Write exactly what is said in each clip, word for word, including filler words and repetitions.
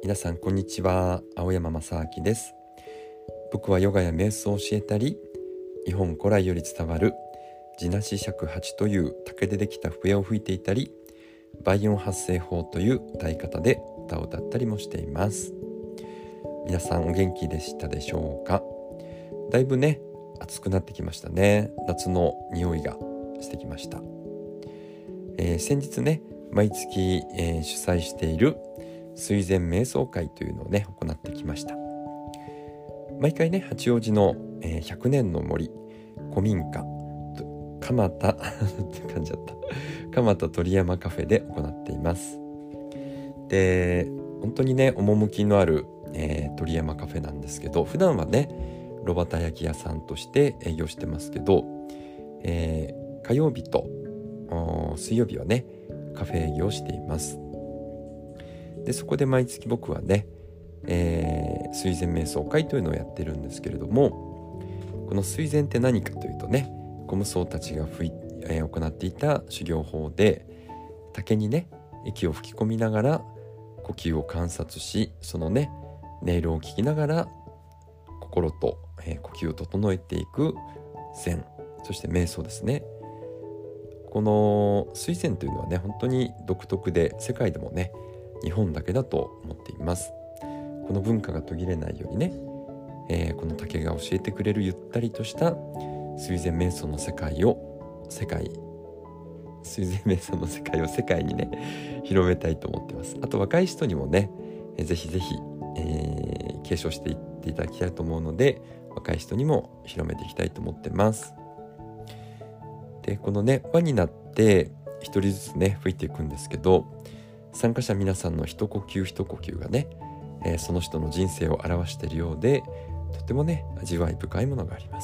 皆さんこんにちは。青山正明です。僕はヨガや瞑想を教えたり、日本古来より伝わる地なし尺八という竹でできた笛を吹いていたり、倍音発声法という歌い方で歌を歌ったりもしています。皆さんお元気でしたでしょうか。だいぶね暑くなってきましたね。夏の匂いがしてきました。えー、先日ね毎月、えー、主催している水前瞑想会というのをね行ってきました。毎回ね八王子の、えー、ひゃくねんの森古民家蒲田噛んじゃった蒲田鳥山カフェで行っています。で本当にね趣のある、えー、鳥山カフェなんですけど、普段はね炉端焼き屋さんとして営業してますけど、えー、火曜日と水曜日はねカフェ営業をしています。でそこで毎月僕はね、えー、水前瞑想会というのをやってるんですけれども、この水前って何かというとね、古無僧たちが吹い、えー、行っていた修行法で、竹にね息を吹き込みながら呼吸を観察し、そのね音色を聞きながら心と、えー、呼吸を整えていく禅、そして瞑想ですね。この水禅というのはね本当に独特で、世界でもね日本だけだと思っています。この文化が途切れないようにね、えー、この竹が教えてくれるゆったりとした水前瞑想の世界を世界水前瞑想の世界を世界にね広めたいと思っています。あと若い人にもね、えー、ぜひぜひ、えー、継承していっていただきたいと思うので、若い人にも広めていきたいと思ってます。でこのね輪になって一人ずつね吹いていくんですけど、参加者皆さんの一呼吸一呼吸がね、えー、その人の人生を表しているようで、とてもね味わい深いものがあります。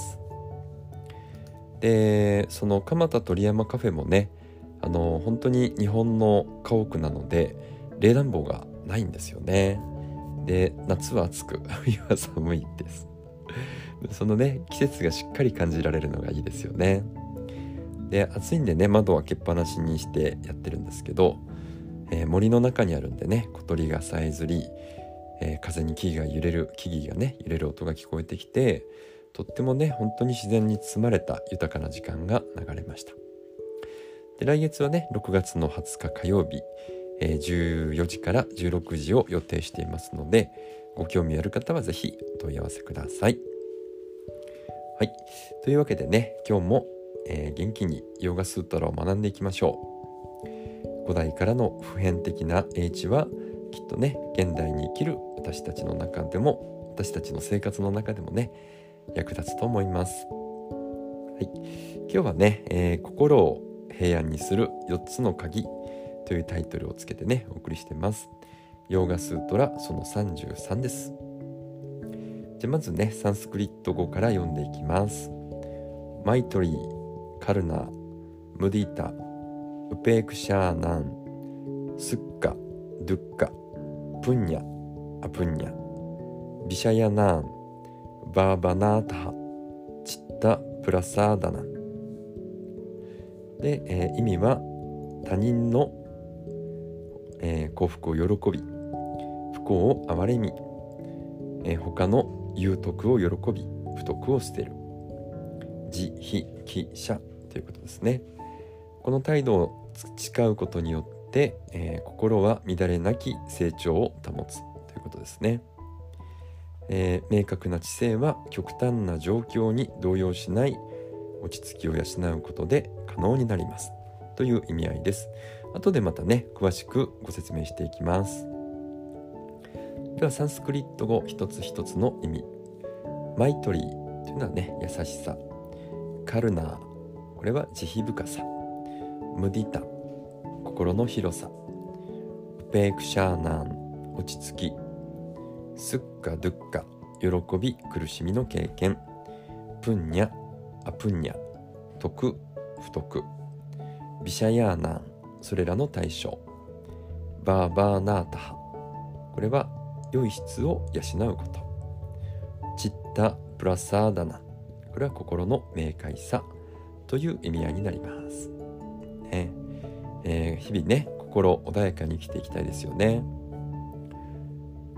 でその蒲田鳥山カフェもね、あの本当に日本の家屋なので冷暖房がないんですよね。で夏は暑く冬は寒いです。そのね季節がしっかり感じられるのがいいですよね。で暑いんでね窓は開けっぱなしにしてやってるんですけど、えー、森の中にあるんでね小鳥がさえずり、えー、風に木々が揺れる木々がね揺れる音が聞こえてきて、とってもね本当に自然に包まれた豊かな時間が流れました。で来月はねろくがつのはつか火曜日、えー、じゅうよじからじゅうろくじを予定していますので、ご興味ある方はぜひお問い合わせください。はい、というわけでね今日も、えー、元気にヨガスートラを学んでいきましょう。古代からの普遍的な英知はきっとね現代に生きる私たちの中でも、私たちの生活の中でもね役立つと思います。はい、今日はね、えー、心を平安にするよっつの鍵というタイトルをつけてねお送りしています。ヨーガスートラそのさんじゅうさんです。じゃまずねサンスクリット語から読んでいきます。マイトリー、カルナー、ムディタ、ウペークシャーナン、スッカ、ドゥッカ、プンニャ、アプンニャ、ビシャヤナーン、バーバナータハ、チッタプラサーダナンで、えー、意味は他人の、えー、幸福を喜び、不幸を憐れみ、えー、他の有徳を喜び不徳を捨てる、慈悲喜捨ということですね。この態度を培うことによって、えー、心は乱れなき成長を保つということですね。えー、明確な知性は極端な状況に動揺しない落ち着きを養うことで可能になりますという意味合いです。後でまたね詳しくご説明していきます。ではサンスクリット語一つ一つの意味。マイトリーというのはね優しさ、カルナーこれは慈悲深さ、ムディタ心の広さ、ウペークシャーナーン落ち着き、スッカドゥッカ喜び苦しみの経験、プンニャアプンニャ徳不徳、ビシャヤーナーンそれらの対象、バーバーナータハこれは良い質を養うこと、チッタプラサーダナこれは心の明快さという意味合いになります、ねえー、日々ね心穏やかに生きていきたいですよね。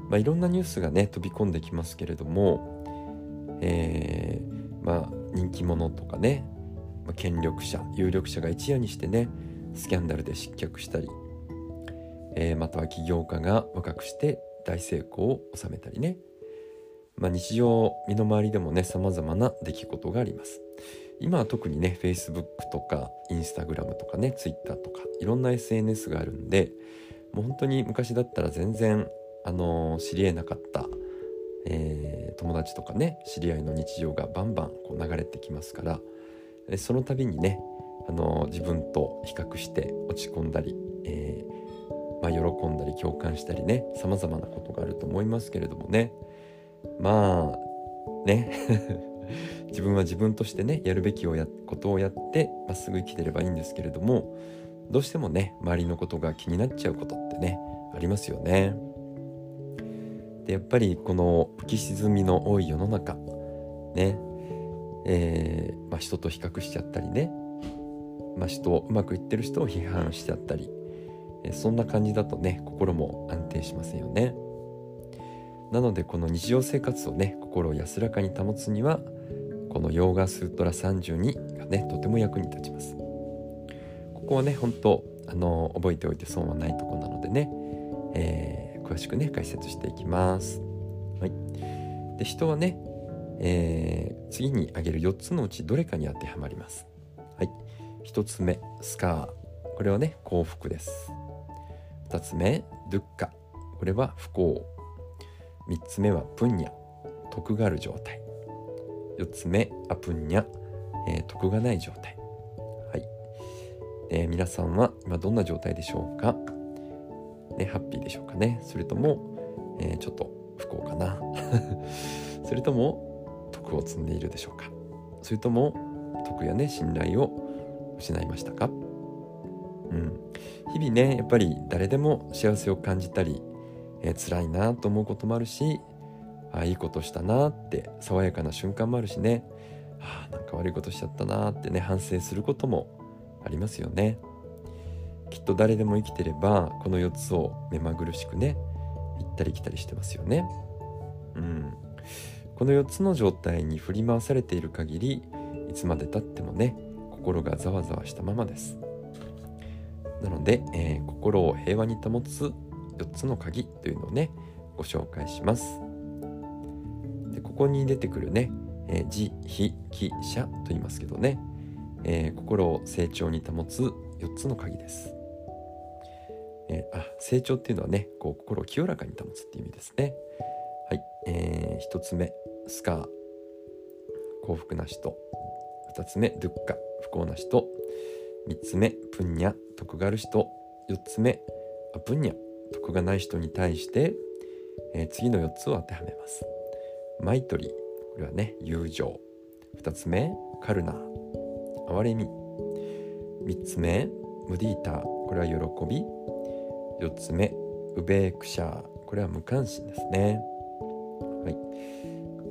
まあ、いろんなニュースがね飛び込んできますけれども、えー、まあ人気者とかね、まあ、権力者有力者が一夜にしてねスキャンダルで失脚したり、えー、または起業家が若くして大成功を収めたりね、まあ、日常身の回りでもね様々な出来事があります。今は特にね Facebook とか Instagram とかね Twitter とかいろんな エスエヌエス があるんで、もう本当に昔だったら全然あのー、知り得なかった、えー、友達とかね知り合いの日常がバンバンこう流れてきますから、えその度にね、あのー、自分と比較して落ち込んだり、えーまあ、喜んだり共感したりね様々なことがあると思いますけれどもね、まあね自分は自分としてねやるべきをやことをやってまっすぐ生きてればいいんですけれども、どうしてもね周りのことが気になっちゃうことってねありますよね。でやっぱりこの浮き沈みの多い世の中ね、えーまあ、人と比較しちゃったりね、まあ、人をうまくいってる人を批判しちゃったり、えー、そんな感じだとね心も安定しませんよね。なのでこの日常生活をね心を安らかに保つにはこのヨーガスートラさんじゅうにがねとても役に立ちます。ここはね本当あの覚えておいて損はないところなのでね、えー、詳しくね解説していきます。はい、で人はね、えー、次に挙げるよっつのうちどれかに当てはまります。はい、ひとつめスカー、これはね幸福です。ふたつめドゥッカ、これは不幸。みっつめはプンニャ、徳がある状態。よっつめアプンニャ、えー、徳がない状態。はい、えー、皆さんは今どんな状態でしょうか、ね、ハッピーでしょうかね、それとも、えー、ちょっと不幸かなそれとも徳を積んでいるでしょうか、それとも徳やね信頼を失いましたか。うん、日々ねやっぱり誰でも幸せを感じたり、えー、辛いなと思うこともあるし、あいいことしたなって爽やかな瞬間もあるしね、あなんか悪いことしちゃったなってね反省することもありますよね。きっと誰でも生きてればこのよっつを目まぐるしくね行ったり来たりしてますよね。うん、このよっつの状態に振り回されている限りいつまで経ってもね心がざわざわしたままです。なので、えー、心を平和に保つよっつの鍵というのをねご紹介します。でここに出てくるね、えー、自、非、喜、捨と言いますけどね、えー、心を成長に保つよっつの鍵です。えー、あ成長っていうのはねこう心を清らかに保つっていう意味ですね。はい、えー、ひとつめスカー、幸福な人。ふたつめドゥッカ、不幸な人。みっつめプンニャ、徳がある人。よっつめアプンニャ、徳がない人に対して、えー、次のよっつを当てはめます。マイトリー、これはね友情。ふたつめカルナー、憐れみ。みっつめムディーター、これは喜び。よっつめウベークシャー、これは無関心ですね。はい、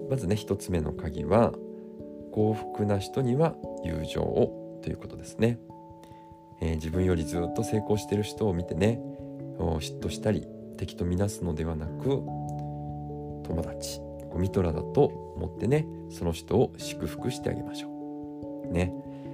まずねひとつめの鍵は幸福な人には友情をということですね。えー、自分よりずっと成功している人を見てね嫉妬したり敵とみなすのではなく、友達ゴミトラだと思ってねその人を祝福してあげましょうね。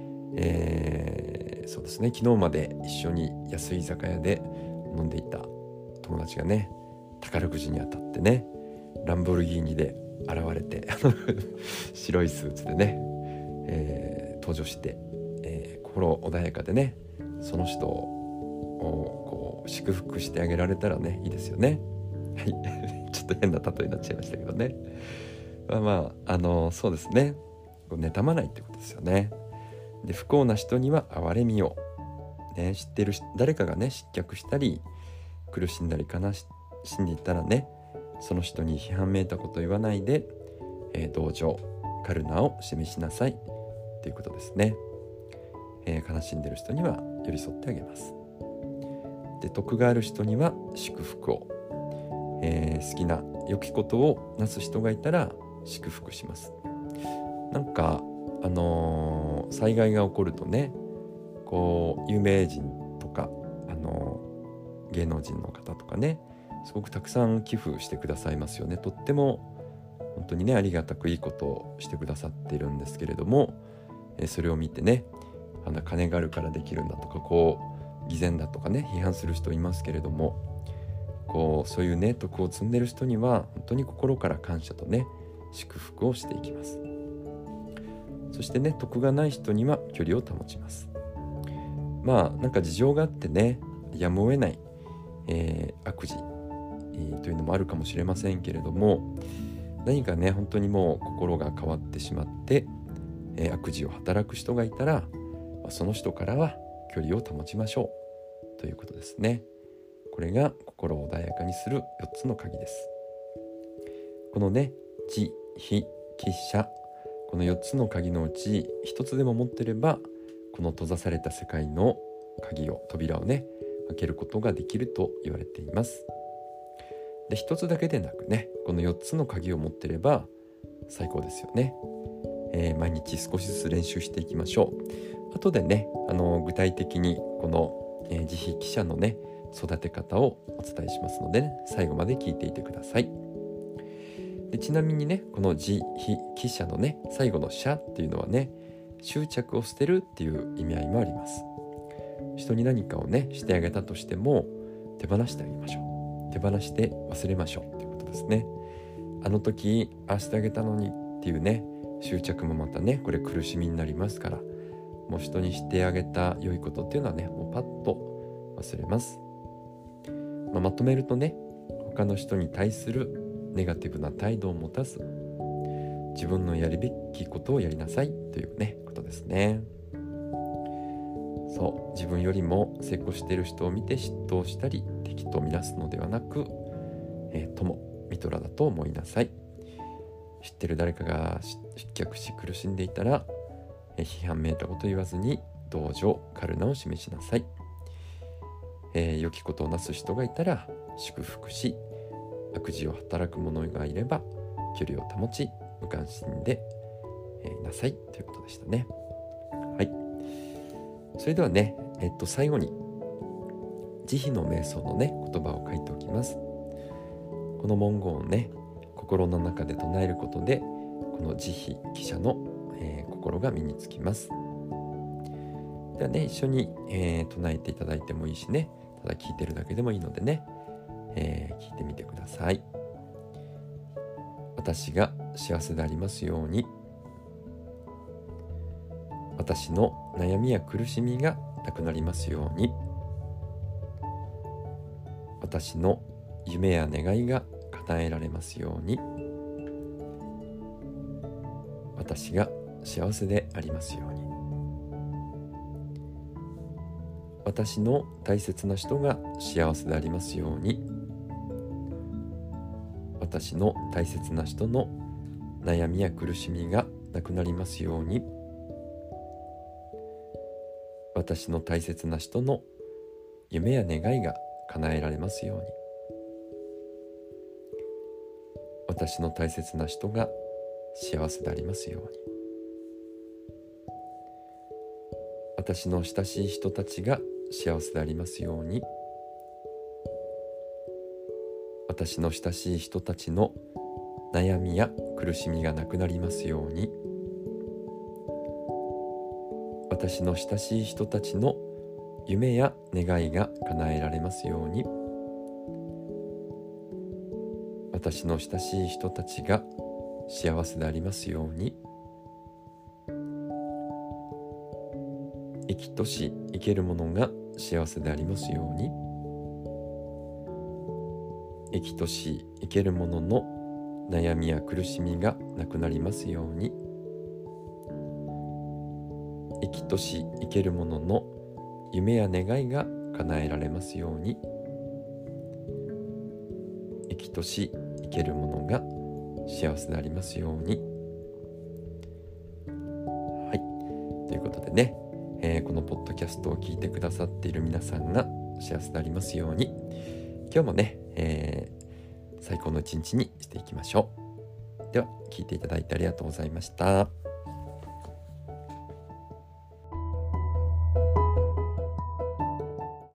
えー、そうですね昨日まで一緒に安い居酒屋で飲んでいた友達がね宝くじに当たってねランボルギーニで現れて白いスーツでね、えー、登場して、えー、心穏やかでねその人をこう祝福してあげられたらねいいですよね。はいちょっと変な例えになっちゃいましたけどね。まあまああのそうですねこう妬まないってことですよね。で不幸な人には憐れみを、ね、知ってる誰かがね失脚したり苦しんだり悲しんでいったらねその人に批判めいたことを言わないで、えー、同情カルナを示しなさいということですね。えー、悲しんでる人には寄り添ってあげます。で徳がある人には祝福を、えー、好きな良きことをなす人がいたら祝福します。なんかあのー、災害が起こるとねこう有名人とか、あのー、芸能人の方とかねすごくたくさん寄付してくださいますよね。とっても本当にねありがたくいいことをしてくださっているんですけれども、えー、それを見てね、あの金があるからできるんだとか、こう偽善だとかね批判する人いますけれども、こうそういうね徳を積んでる人には本当に心から感謝とね祝福をしていきます。そしてね徳がない人には距離を保ちます。まあなんか事情があってねやむを得ない、えー、悪事、えー、というのもあるかもしれませんけれども、何かね本当にもう心が変わってしまって、えー、悪事を働く人がいたら、まあ、その人からは距離を保ちましょうということですね。これが心を穏やかにするよっつの鍵です。このね慈悲喜捨、このよっつの鍵のうちひとつでも持ってれば、この閉ざされた世界の鍵を扉をね開けることができると言われています。でひとつだけでなくね、このよっつの鍵を持ってれば最高ですよね。えー、毎日少しずつ練習していきましょう。後でねあの具体的にこの、えー、慈悲喜捨のね育て方をお伝えしますので、ね、最後まで聞いていてください。でちなみにねこの慈悲喜捨のね最後の捨っていうのはね、執着を捨てるっていう意味合いもあります。人に何かをねしてあげたとしても手放してあげましょう。手放して忘れましょうということですね。あの時ああしてあげたのにっていうね執着もまたねこれ苦しみになりますから、もう人にしてあげた良いことっていうのはねもうパッと忘れます。まあ、まとめるとね、他の人に対するネガティブな態度を持たず、自分のやるべきことをやりなさいというねことですね。そう、自分よりも成功している人を見て嫉妬したり敵と見なすのではなく、えー、友ミトラだと思いなさい。知ってる誰かが失脚し苦しんでいたら、えー、批判めいたこと言わずに同情カルナを示しなさい。えー、良きことをなす人がいたら祝福し、悪事を働く者がいれば距離を保ち無関心で、えー、なさいということでしたね。はい、それではね、えっと最後に慈悲の瞑想のね言葉を書いておきます。この文言をね心の中で唱えることで、この慈悲喜捨の、えー、心が身につきます。ではね一緒に、えー、唱えていただいてもいいしね、ただ聞いてるだけでもいいのでね、えー、聞いてみてください。私が幸せでありますように。私の悩みや苦しみがなくなりますように。私の夢や願いが叶えられますように。私が幸せでありますように。私の大切な人が幸せでありますように。私の大切な人の悩みや苦しみがなくなりますように。私の大切な人の夢や願いが叶えられますように。私の大切な人が幸せでありますように。私の親しい人たちが幸せでありますように。私の親しい人たちの悩みや苦しみがなくなりますように。私の親しい人たちの夢や願いが叶えられますように。私の親しい人たちが幸せでありますように。生きとし生けるものが幸せでありますように。生きとし生けるものの悩みや苦しみがなくなりますように。生きとし生けるものの夢や願いが叶えられますように。生きとし生けるものが幸せでありますように。はい、ということでね、えー、このポッドキャストを聞いてくださっている皆さんが幸せでありますように。今日もね、えー、最高の一日にしていきましょう。では聞いていただいてありがとうございました。